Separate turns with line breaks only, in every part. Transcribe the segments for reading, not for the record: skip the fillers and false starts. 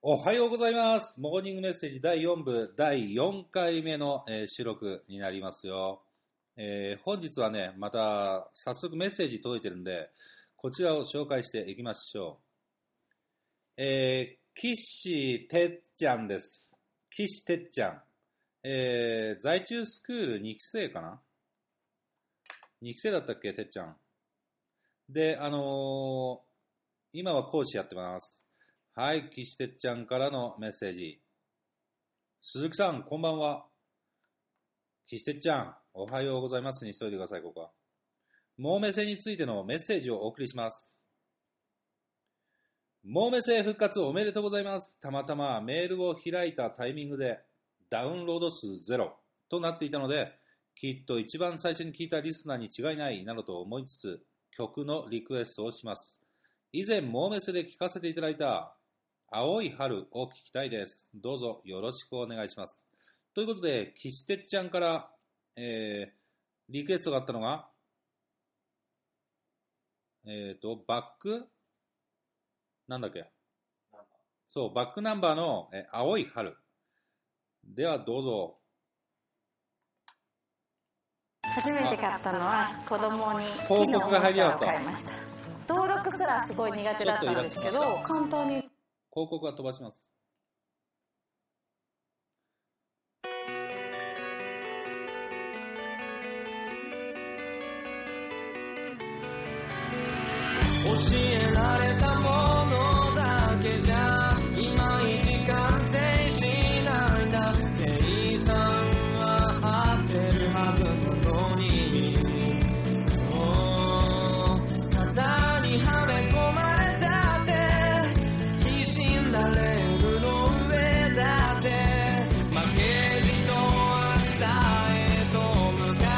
おはようございます。モーニングメッセージ第4部第4回目の、収録になりますよ。本日はね、また早速メッセージ届いてるんで、こちらを紹介していきましょう。岸てっちゃんです。岸てっちゃん。在中スクール2期生かな ?2 期生だったっけ、てっちゃん。で、今は講師やってます。はい、岸てっちゃんからのメッセージ。鈴木さん、こんばんは。岸てっちゃん、おはようございますにしといてください、ここは。モーメセについてのメッセージをお送りします。モーメセ復活おめでとうございます。たまたまメールを開いたタイミングでダウンロード数ゼロとなっていたので、きっと一番最初に聞いたリスナーに違いないなどと思いつつ、曲のリクエストをします。以前モーメセで聞かせていただいた青い春を聞きたいです。どうぞよろしくお願いします。ということで、岸てっちゃんから、リクエストがあったのが、バックなんだっけそう、バックナンバーの、青い春。ではどうぞ。
初めて買ったのは子供に
広告が入りやがった。
買いました。登録すらすごい苦手だったんですけど、簡単に
広告は飛ばします。
教えられたものだけじゃいまいち完成しないんだ。計算は合ってるはずなのに、型にはめ込まれたってきしんだレールの上だって負けじと明日へと向か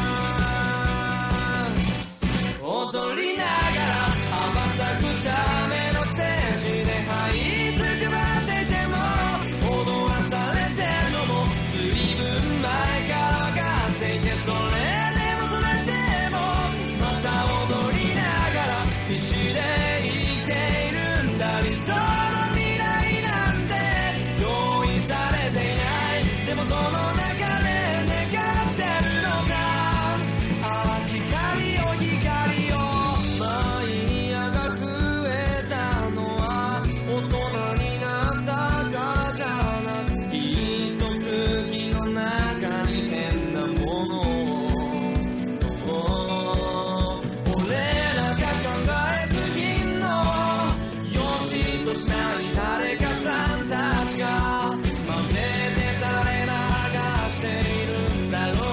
う。踊りながら羽ばたくためのステージで這いつくばってても踊らされてるのも随分前から分かっていて、それでもそれでもまた踊りながら必死で生きているんだ。理想の未来なんて用意されていない。でもその中で願ってるのが光を光をマイヤが増えたのは大人になったからじゃなく、きっと空気の中に変なものを俺らが考えすぎんのよしとしたい誰かさんたちが真似で垂れ流しているんだろう。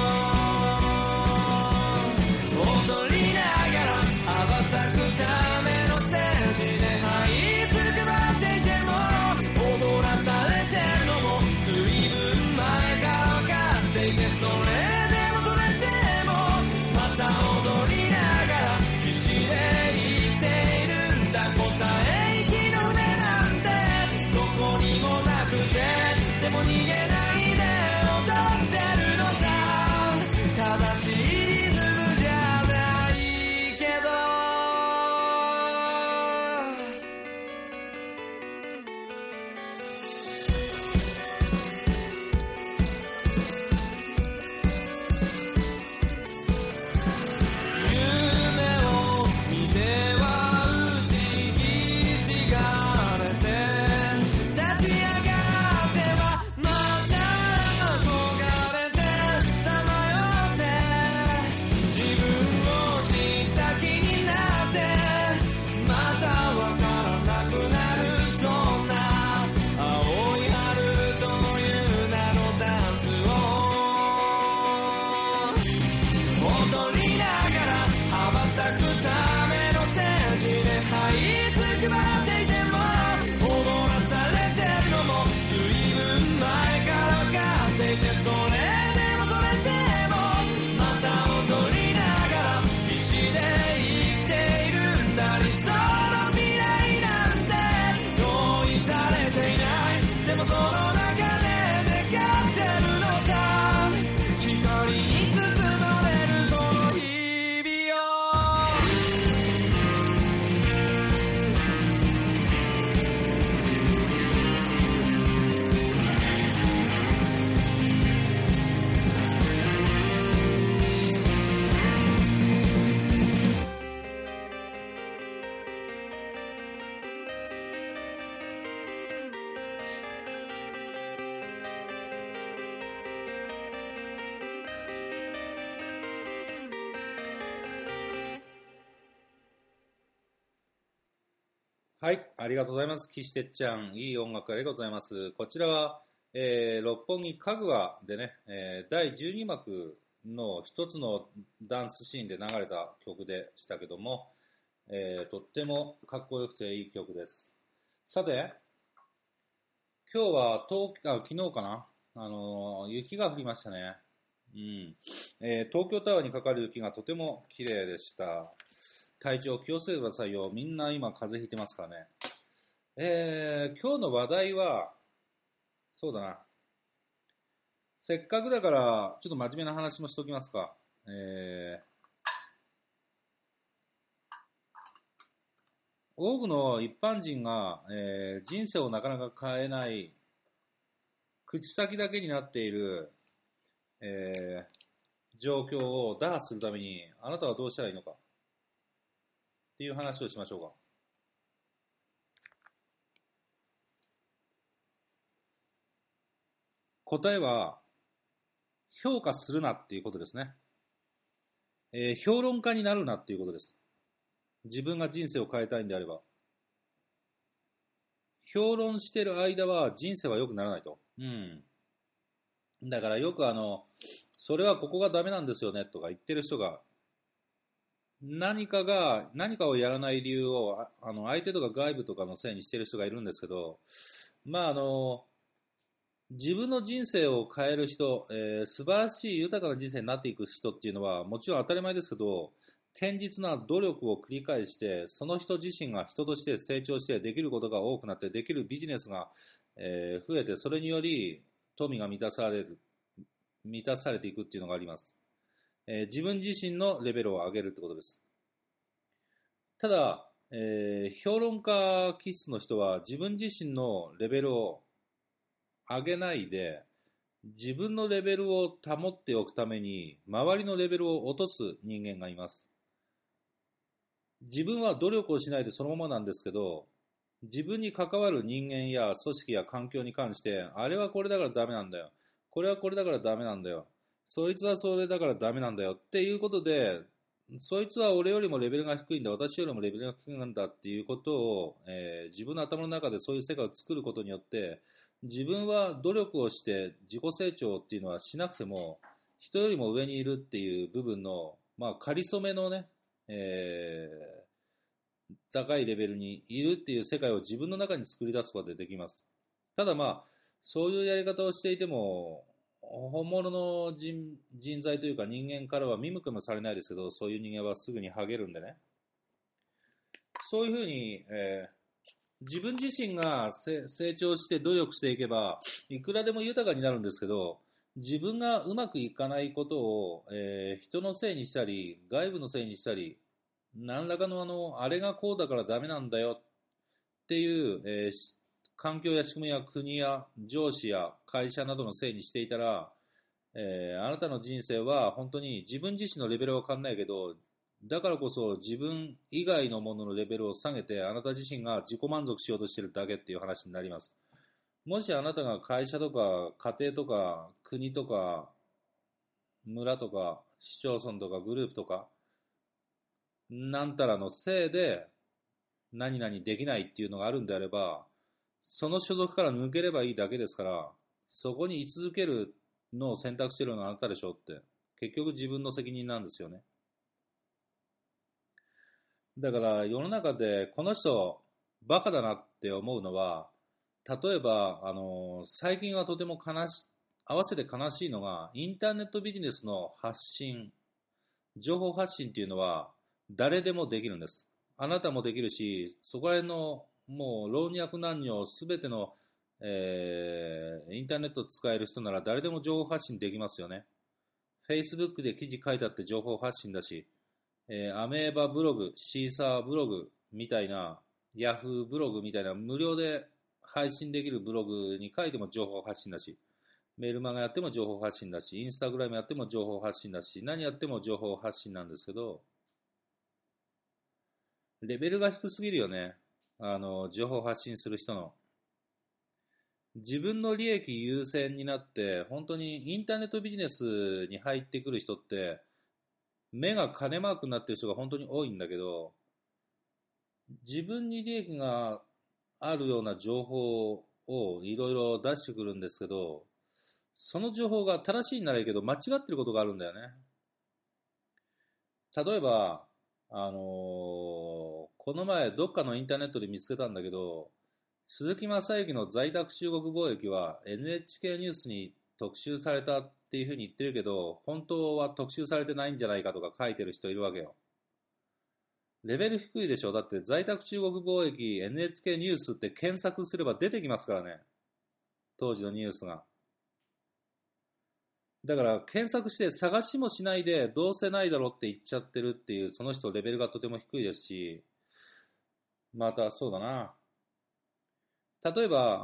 踊りながら羽ばたくためのステージで這いつくばっていても踊らされてるのも随分前から分かっていて、それでもそれでもまた踊りながら必死で生きているんだ。答え生きの船なんてどこにもなくて、でも逃げないで踊ってるのさ。正しいリズムじゃないけど夢を見ては打ちひしがれて立ち上がってはまた
はい、ありがとうございます。岸てっちゃん、いい音楽ありがとうございます。こちらは、六本木かぐわでね、第12幕の一つのダンスシーンで流れた曲でしたけども、とってもかっこよくていい曲です。さて、今日は昨日かな、雪が降りましたね。東京タワーにかかる雪がとても綺麗でした。体調気をつけてくださいよ。みんな今風邪ひいてますからね。今日の話題は、そうだな。せっかくだから、ちょっと真面目な話もしときますか。多くの一般人が、人生をなかなか変えない、口先だけになっている、状況を打破するために、あなたはどうしたらいいのかっていう話をしましょうか。答えは、評価するなっていうことですね。評論家になるなっていうことです。自分が人生を変えたいんであれば。評論してる間は人生は良くならないと。だからよくそれはここがダメなんですよねとか言ってる人が、何かをやらない理由を、相手とか外部とかのせいにしてる人がいるんですけど、自分の人生を変える人、素晴らしい豊かな人生になっていく人っていうのは、もちろん当たり前ですけど、堅実な努力を繰り返して、その人自身が人として成長して、できることが多くなって、できるビジネスが、増えて、それにより富が満たされていくっていうのがあります。自分自身のレベルを上げるってことです。ただ、評論家気質の人は自分自身のレベルを上げないで、自分のレベルを保っておくために周りのレベルを落とす人間がいます。自分は努力をしないでそのままなんですけど、自分に関わる人間や組織や環境に関して、あれはこれだからダメなんだよ、これはこれだからダメなんだよ、そいつはそれだからダメなんだよっていうことで、そいつは俺よりもレベルが低いんだ、私よりもレベルが低いんだっていうことを、自分の頭の中でそういう世界を作ることによって、自分は努力をして自己成長っていうのはしなくても、人よりも上にいるっていう部分の、かりそめのね、高いレベルにいるっていう世界を自分の中に作り出すことができます。ただそういうやり方をしていても、本物の 人材というか人間からは見向きもされないですけど、そういう人間はすぐにハゲるんでね。そういうふうに、自分自身が成長して努力していけば、いくらでも豊かになるんですけど、自分がうまくいかないことを、人のせいにしたり、外部のせいにしたり、何らかのあれがこうだからダメなんだよっていう、環境や仕組みや国や上司や会社などのせいにしていたら、あなたの人生は本当に自分自身のレベルは変わんないけど、だからこそ自分以外のもののレベルを下げて、あなた自身が自己満足しようとしているだけっていう話になります。もしあなたが会社とか家庭とか国とか村とか市町村とかグループとかなんたらのせいで何々できないっていうのがあるんであれば、その所属から抜ければいいだけですから、そこに居続けるのを選択しているのはあなたでしょうって、結局自分の責任なんですよね。だから世の中でこの人バカだなって思うのは、例えば最近はとても合わせて悲しいのが、インターネットビジネスの発信、情報発信っていうのは誰でもできるんです。あなたもできるし、そこら辺のもう老若男女すべての、インターネット使える人なら誰でも情報発信できますよね。Facebook で記事書いてあって情報発信だし、アメーバブログ、シーサーブログみたいな、ヤフーブログみたいな無料で配信できるブログに書いても情報発信だし、メルマガやっても情報発信だし、インスタグラムやっても情報発信だし、何やっても情報発信なんですけど、レベルが低すぎるよね。情報発信する人の。自分の利益優先になって、本当にインターネットビジネスに入ってくる人って、目が金マークになってる人が本当に多いんだけど、 自分に利益があるような情報をいろいろ出してくるんですけど、その情報が正しいならいいけど間違ってることがあるんだよね。例えば、この前どっかのインターネットで見つけたんだけど、鈴木雅之の在宅中国貿易は NHK ニュースに特集されたっていうふうに言ってるけど、本当は特集されてないんじゃないかとか書いてる人いるわけよ。レベル低いでしょ。だって在宅中国貿易 NHK ニュースって検索すれば出てきますからね。当時のニュースが。だから検索して探しもしないでどうせないだろうって言っちゃってるっていう、その人レベルがとても低いですし、またそうだな。例えば、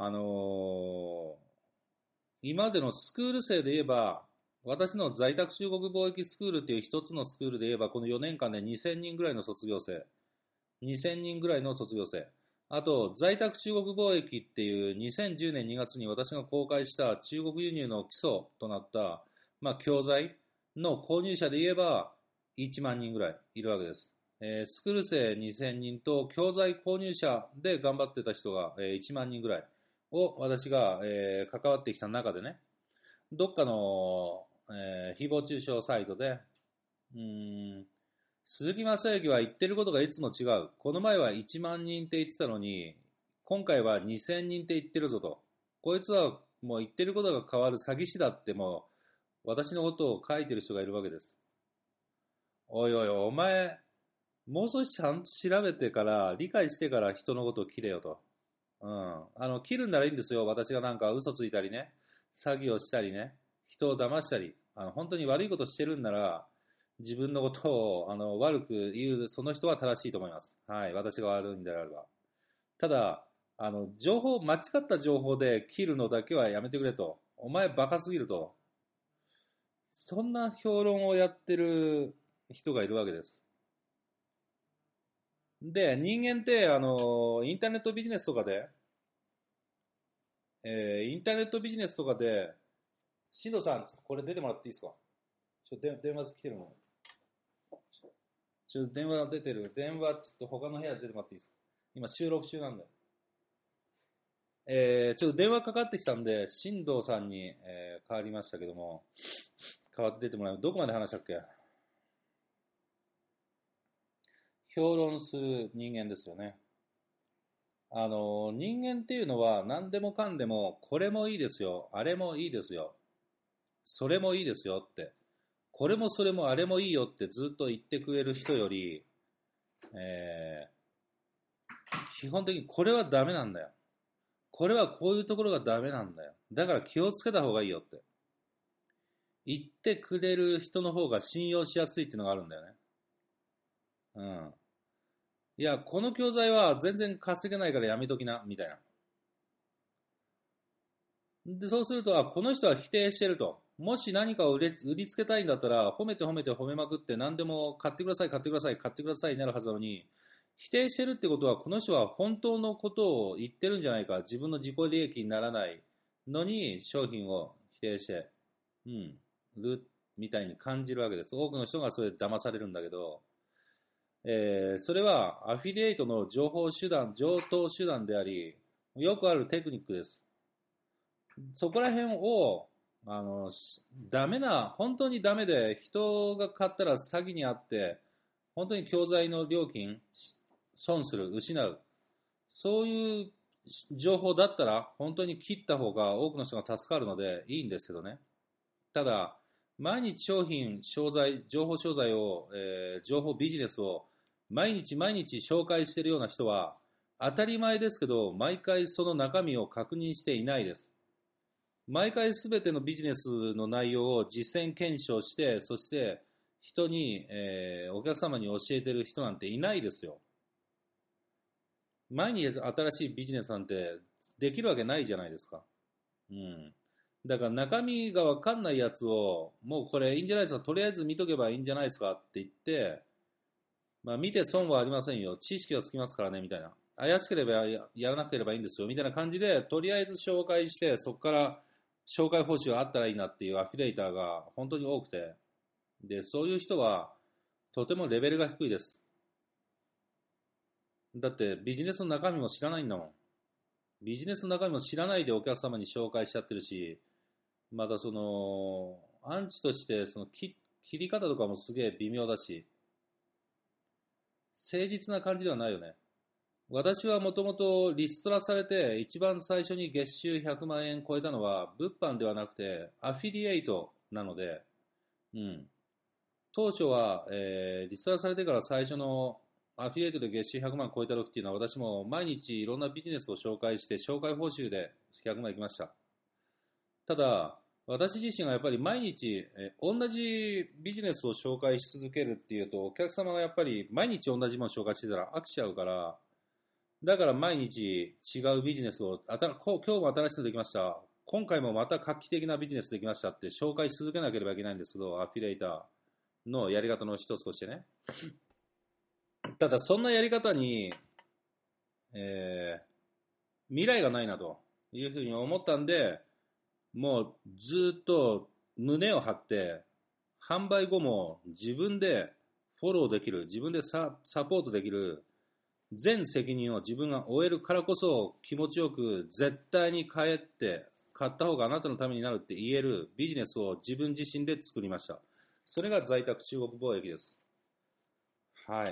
今までのスクール生で言えば、私の在宅中国貿易スクールっていう一つのスクールで言えば、この4年間で2000人ぐらいの卒業生。2000人ぐらいの卒業生。あと、在宅中国貿易っていう2010年2月に私が公開した中国輸入の基礎となった、教材の購入者で言えば1万人ぐらいいるわけです。スクール生2000人と教材購入者で頑張ってた人が1万人ぐらいを私が関わってきた中でね、どっかの誹謗中傷サイトで鈴木雅之は言ってることがいつも違う。この前は1万人って言ってたのに、今回は2000人って言ってるぞと。こいつはもう言ってることが変わる詐欺師だってもう私のことを書いてる人がいるわけです。おいおいお前、もう少しちゃんと調べてから理解してから人のことを切れよと。切るんならいいんですよ。私がなんか嘘ついたりね、詐欺をしたりね、人を騙したり、本当に悪いことしてるんなら、自分のことを悪く言うその人は正しいと思います。はい、私が悪いんであれば。ただ間違った情報で切るのだけはやめてくれと。お前バカすぎると。そんな評論をやってる人がいるわけです。で、人間ってインターネットビジネスとかで、進藤さん、ちょっとこれ出てもらっていいですか？電話来てるの。電話出てる。電話ちょっと他の部屋で出てもらっていいですか？今収録中なんで。ちょっと電話かかってきたんで、進藤さんに、変わりましたけども、変わって出てもらう。どこまで話したっけ？評論する人間ですよね。人間っていうのは何でもかんでも、これもいいですよ、あれもいいですよ、それもいいですよって、これもそれもあれもいいよってずっと言ってくれる人より、基本的にこれはダメなんだよ。これはこういうところがダメなんだよ。だから気をつけた方がいいよって言ってくれる人の方が信用しやすいっていうのがあるんだよね。いや、この教材は全然稼げないからやめときな、みたいな。で、そうすると、この人は否定してると。もし何かを売りつけたいんだったら、褒めて褒めまくって何でも買ってくださいになるはずなのに、否定してるってことは、この人は本当のことを言ってるんじゃないか、自分の自己利益にならないのに商品を否定して、るみたいに感じるわけです。多くの人がそれで騙されるんだけど、それはアフィリエイトの上等手段であり、よくあるテクニックです。そこら辺を本当にダメで人が買ったら詐欺にあって本当に教材の料金損する、失う、そういう情報だったら本当に切った方が多くの人が助かるのでいいんですけどね。ただ毎日情報商材を、情報ビジネスを毎日紹介しているような人は当たり前ですけど毎回その中身を確認していないです。毎回すべてのビジネスの内容を実践検証して、そして人に、お客様に教えている人なんていないですよ。毎日新しいビジネスなんてできるわけないじゃないですか。だから中身が分かんないやつをもうこれいいんじゃないですか、とりあえず見とけばいいんじゃないですかって言って、見て損はありませんよ、知識はつきますからねみたいな、怪しければ やらなければいいんですよみたいな感じでとりあえず紹介して、そこから紹介報酬があったらいいなっていうアフィリエイターが本当に多くて、でそういう人はとてもレベルが低いです。 だってビジネスの中身も知らないんだもん。ビジネスの中身も知らないでお客様に紹介しちゃってるし、またその、アンチとしてその切り方とかもすげえ微妙だし、誠実な感じではないよね。私はもともとリストラされて一番最初に月収100万円超えたのは物販ではなくてアフィリエイトなので、当初は、リストラされてから最初のアフィリエイトで月収100万超えた時っていうのは私も毎日いろんなビジネスを紹介して紹介報酬で100万いきました。ただ私自身がやっぱり毎日、同じビジネスを紹介し続けるっていうとお客様がやっぱり毎日同じものを紹介してたら飽きちゃうから、だから毎日違うビジネスを今日も新しいのできました、今回もまた画期的なビジネスできましたって紹介し続けなければいけないんですけど、アフィリエイターのやり方の一つとしてね。ただそんなやり方に、未来がないなというふうに思ったんで、もうずっと胸を張って販売後も自分でフォローできる、自分でサポートできる全責任を自分が負えるからこそ気持ちよく絶対に買った方があなたのためになるって言えるビジネスを自分自身で作りました。それが在宅中国貿易です。はい。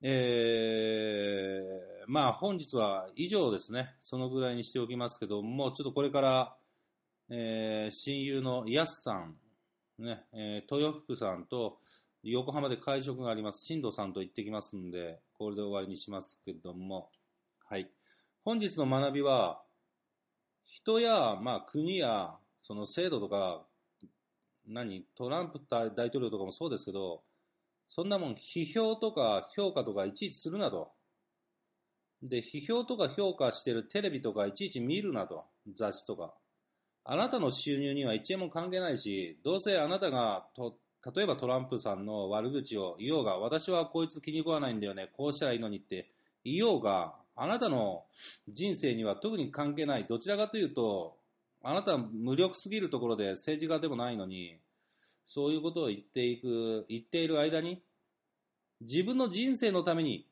まあ本日は以上ですね。そのぐらいにしておきますけども、ちょっとこれから、親友のやすさん、ね、豊福さんと横浜で会食があります。新藤さんと行ってきますんで、これで終わりにしますけども、はい。本日の学びは、人や、まあ、国や、その制度とか、トランプ大統領とかもそうですけど、そんなもん、批評とか評価とかいちいちするなと。で、批評とか評価してるテレビとかいちいち見るなと。雑誌とか。あなたの収入には1円も関係ないし、どうせあなたが例えばトランプさんの悪口を言おうが、私はこいつ気に食わないんだよね、こうしたらいいのにって言おうが、あなたの人生には特に関係ない。どちらかというと、あなたは無力すぎるところで政治家でもないのに、そういうことを言っている間に、自分の人生のために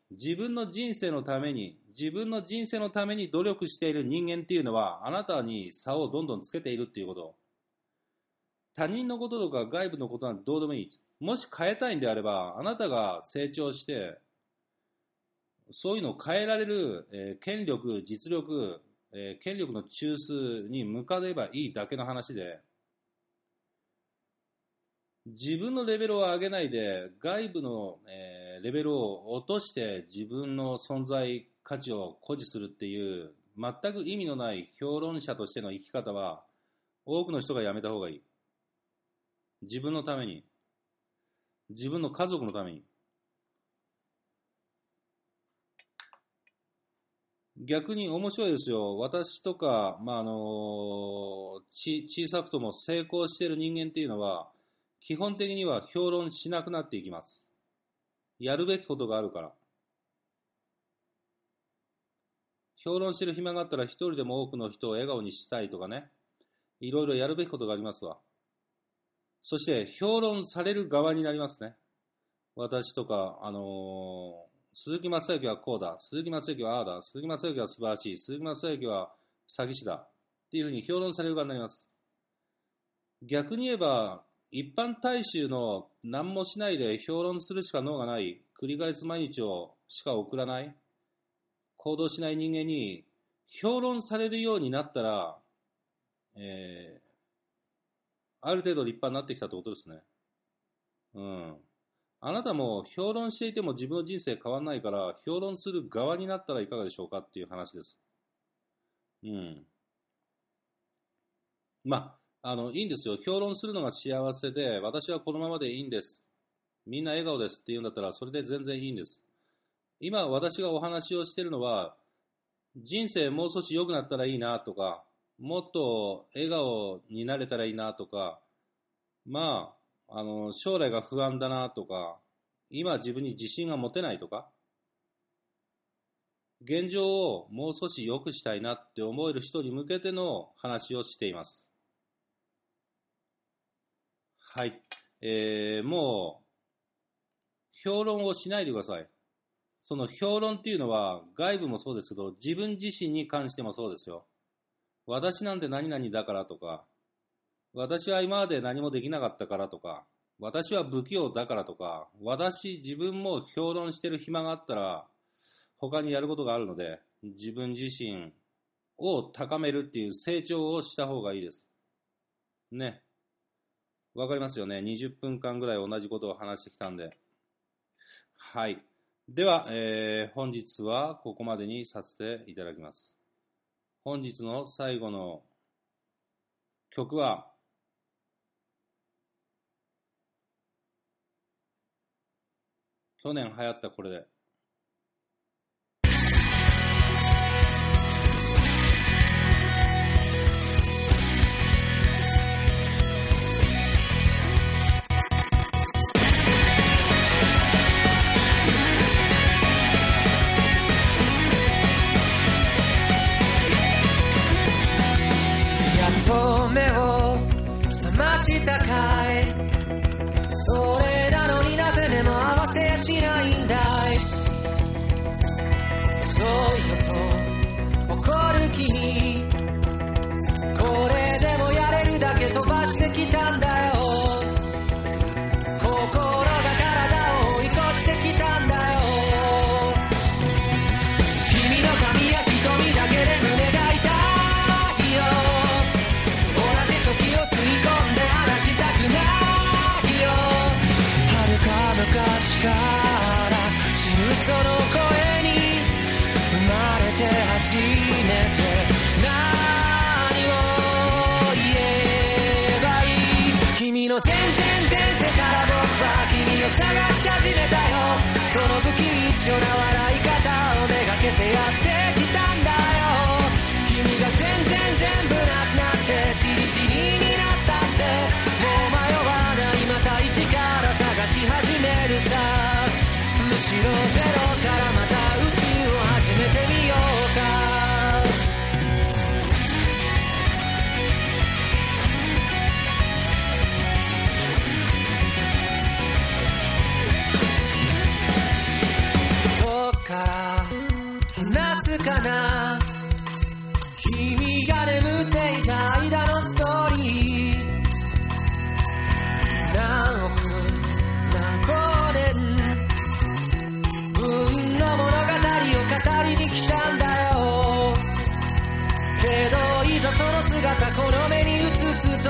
努力している人間っていうのは、あなたに差をどんどんつけているっていうこと。他人のこととか外部のことなんてどうでもいい。もし変えたいんであれば、あなたが成長して、そういうのを変えられる、権力、実力、権力の中枢に向かえばいいだけの話で、自分のレベルを上げないで、外部の、レベルを落として自分の存在価値を誇示するっていう、全く意味のない評論者としての生き方は、多くの人がやめた方がいい。自分のために、自分の家族のために。逆に面白いですよ。私とか、小さくとも成功している人間っていうのは、基本的には評論しなくなっていきます。やるべきことがあるから。評論してる暇があったら一人でも多くの人を笑顔にしたいとかね。いろいろやるべきことがありますわ。そして評論される側になりますね。私とか、鈴木正幸はこうだ、鈴木正幸はああだ、鈴木正幸は素晴らしい、鈴木正幸は詐欺師だっていうふうに評論される側になります。逆に言えば、一般大衆の何もしないで評論するしか能がない、繰り返す毎日をしか送らない、行動しない人間に評論されるようになったら、ある程度立派になってきたってことですね。あなたも評論していても自分の人生変わらないから、評論する側になったらいかがでしょうかっていう話です。いいんですよ。評論するのが幸せで、私はこのままでいいんです。みんな笑顔ですって言うんだったら、それで全然いいんです。今私がお話をしているのは、人生もう少し良くなったらいいなとか、もっと笑顔になれたらいいなとか、将来が不安だなとか、今自分に自信が持てないとか、現状をもう少し良くしたいなって思える人に向けての話をしています。はい。もう、評論をしないでください。 その評論っていうのは外部もそうですけど、自分自身に関してもそうですよ。私なんて何々だからとか、私は今まで何もできなかったからとか、私は不器用だからとか、自分も評論してる暇があったら他にやることがあるので、自分自身を高めるっていう成長をした方がいいですね。わかりますよね。20分間ぐらい同じことを話してきたんで。はい。では、本日はここまでにさせていただきます。本日の最後の曲は、去年流行ったこれで。
やっと目を覚ましたかい。それなのになぜ目も合わせやしないんだい。そうよと怒る君、これでもやれるだけ飛ばしてきたんだよ。心が体を追い越してきたんだよ。君の髪や瞳だけで胸が痛いよ。同じ時を吸い込んで離したくないよ。遥か昔から知るその声に生まれて初めて何を言えばいい。君の全然前世から僕は君を探し始めたよ。その不吉祥な笑い方をめがけてやってきたんだよ。君が全部なくなってチリチリになったって、もう迷わない、また一から探し始めるさ。むしろゼロからまた宇宙を始めてみようか。どっから話すかな、君が眠っていた間のストーリー。何億何光年分の物語を語りに来たんだよ。けどいざその姿この目に映すと、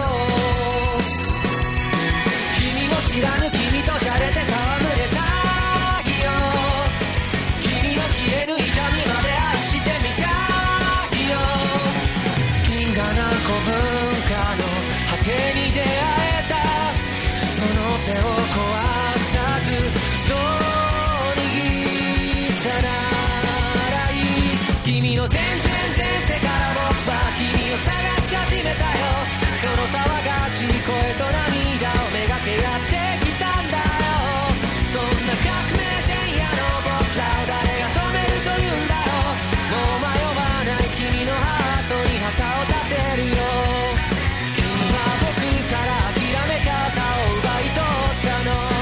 君も知らぬ君とじゃれて戯れたいよ。君の消える痛みまで愛してみたいよ。銀河何個分かの果てに出会えた、その手を壊さずどう握ったならいい。君の全然前世から僕は君を探し始めたよ。その騒がしい声と涙をめがけやってきたんだよ。そんな革命前夜の僕らを誰が止めるというんだろう。もう迷わない君のハートに旗を立てるよ。君は僕から諦め方を奪い取ったの。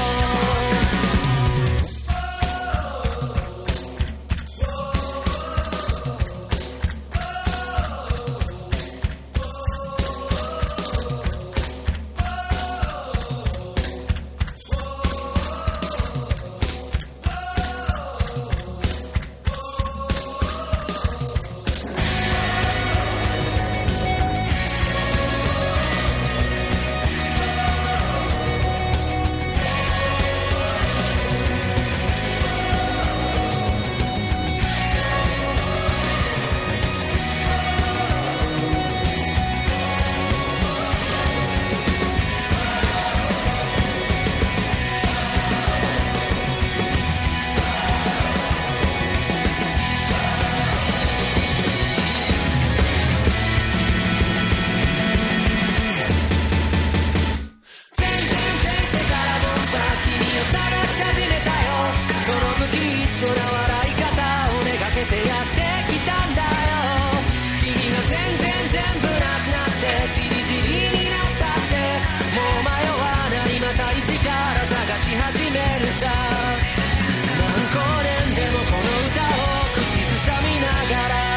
し始めるさ。何光年でもこの歌を口ずさみながら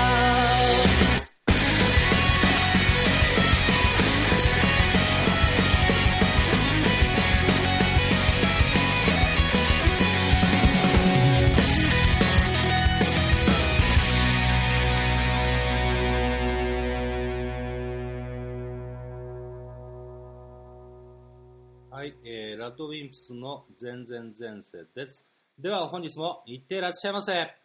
はい、ラッドウィンプスの前々前世です。では本日もいってらっしゃいませ。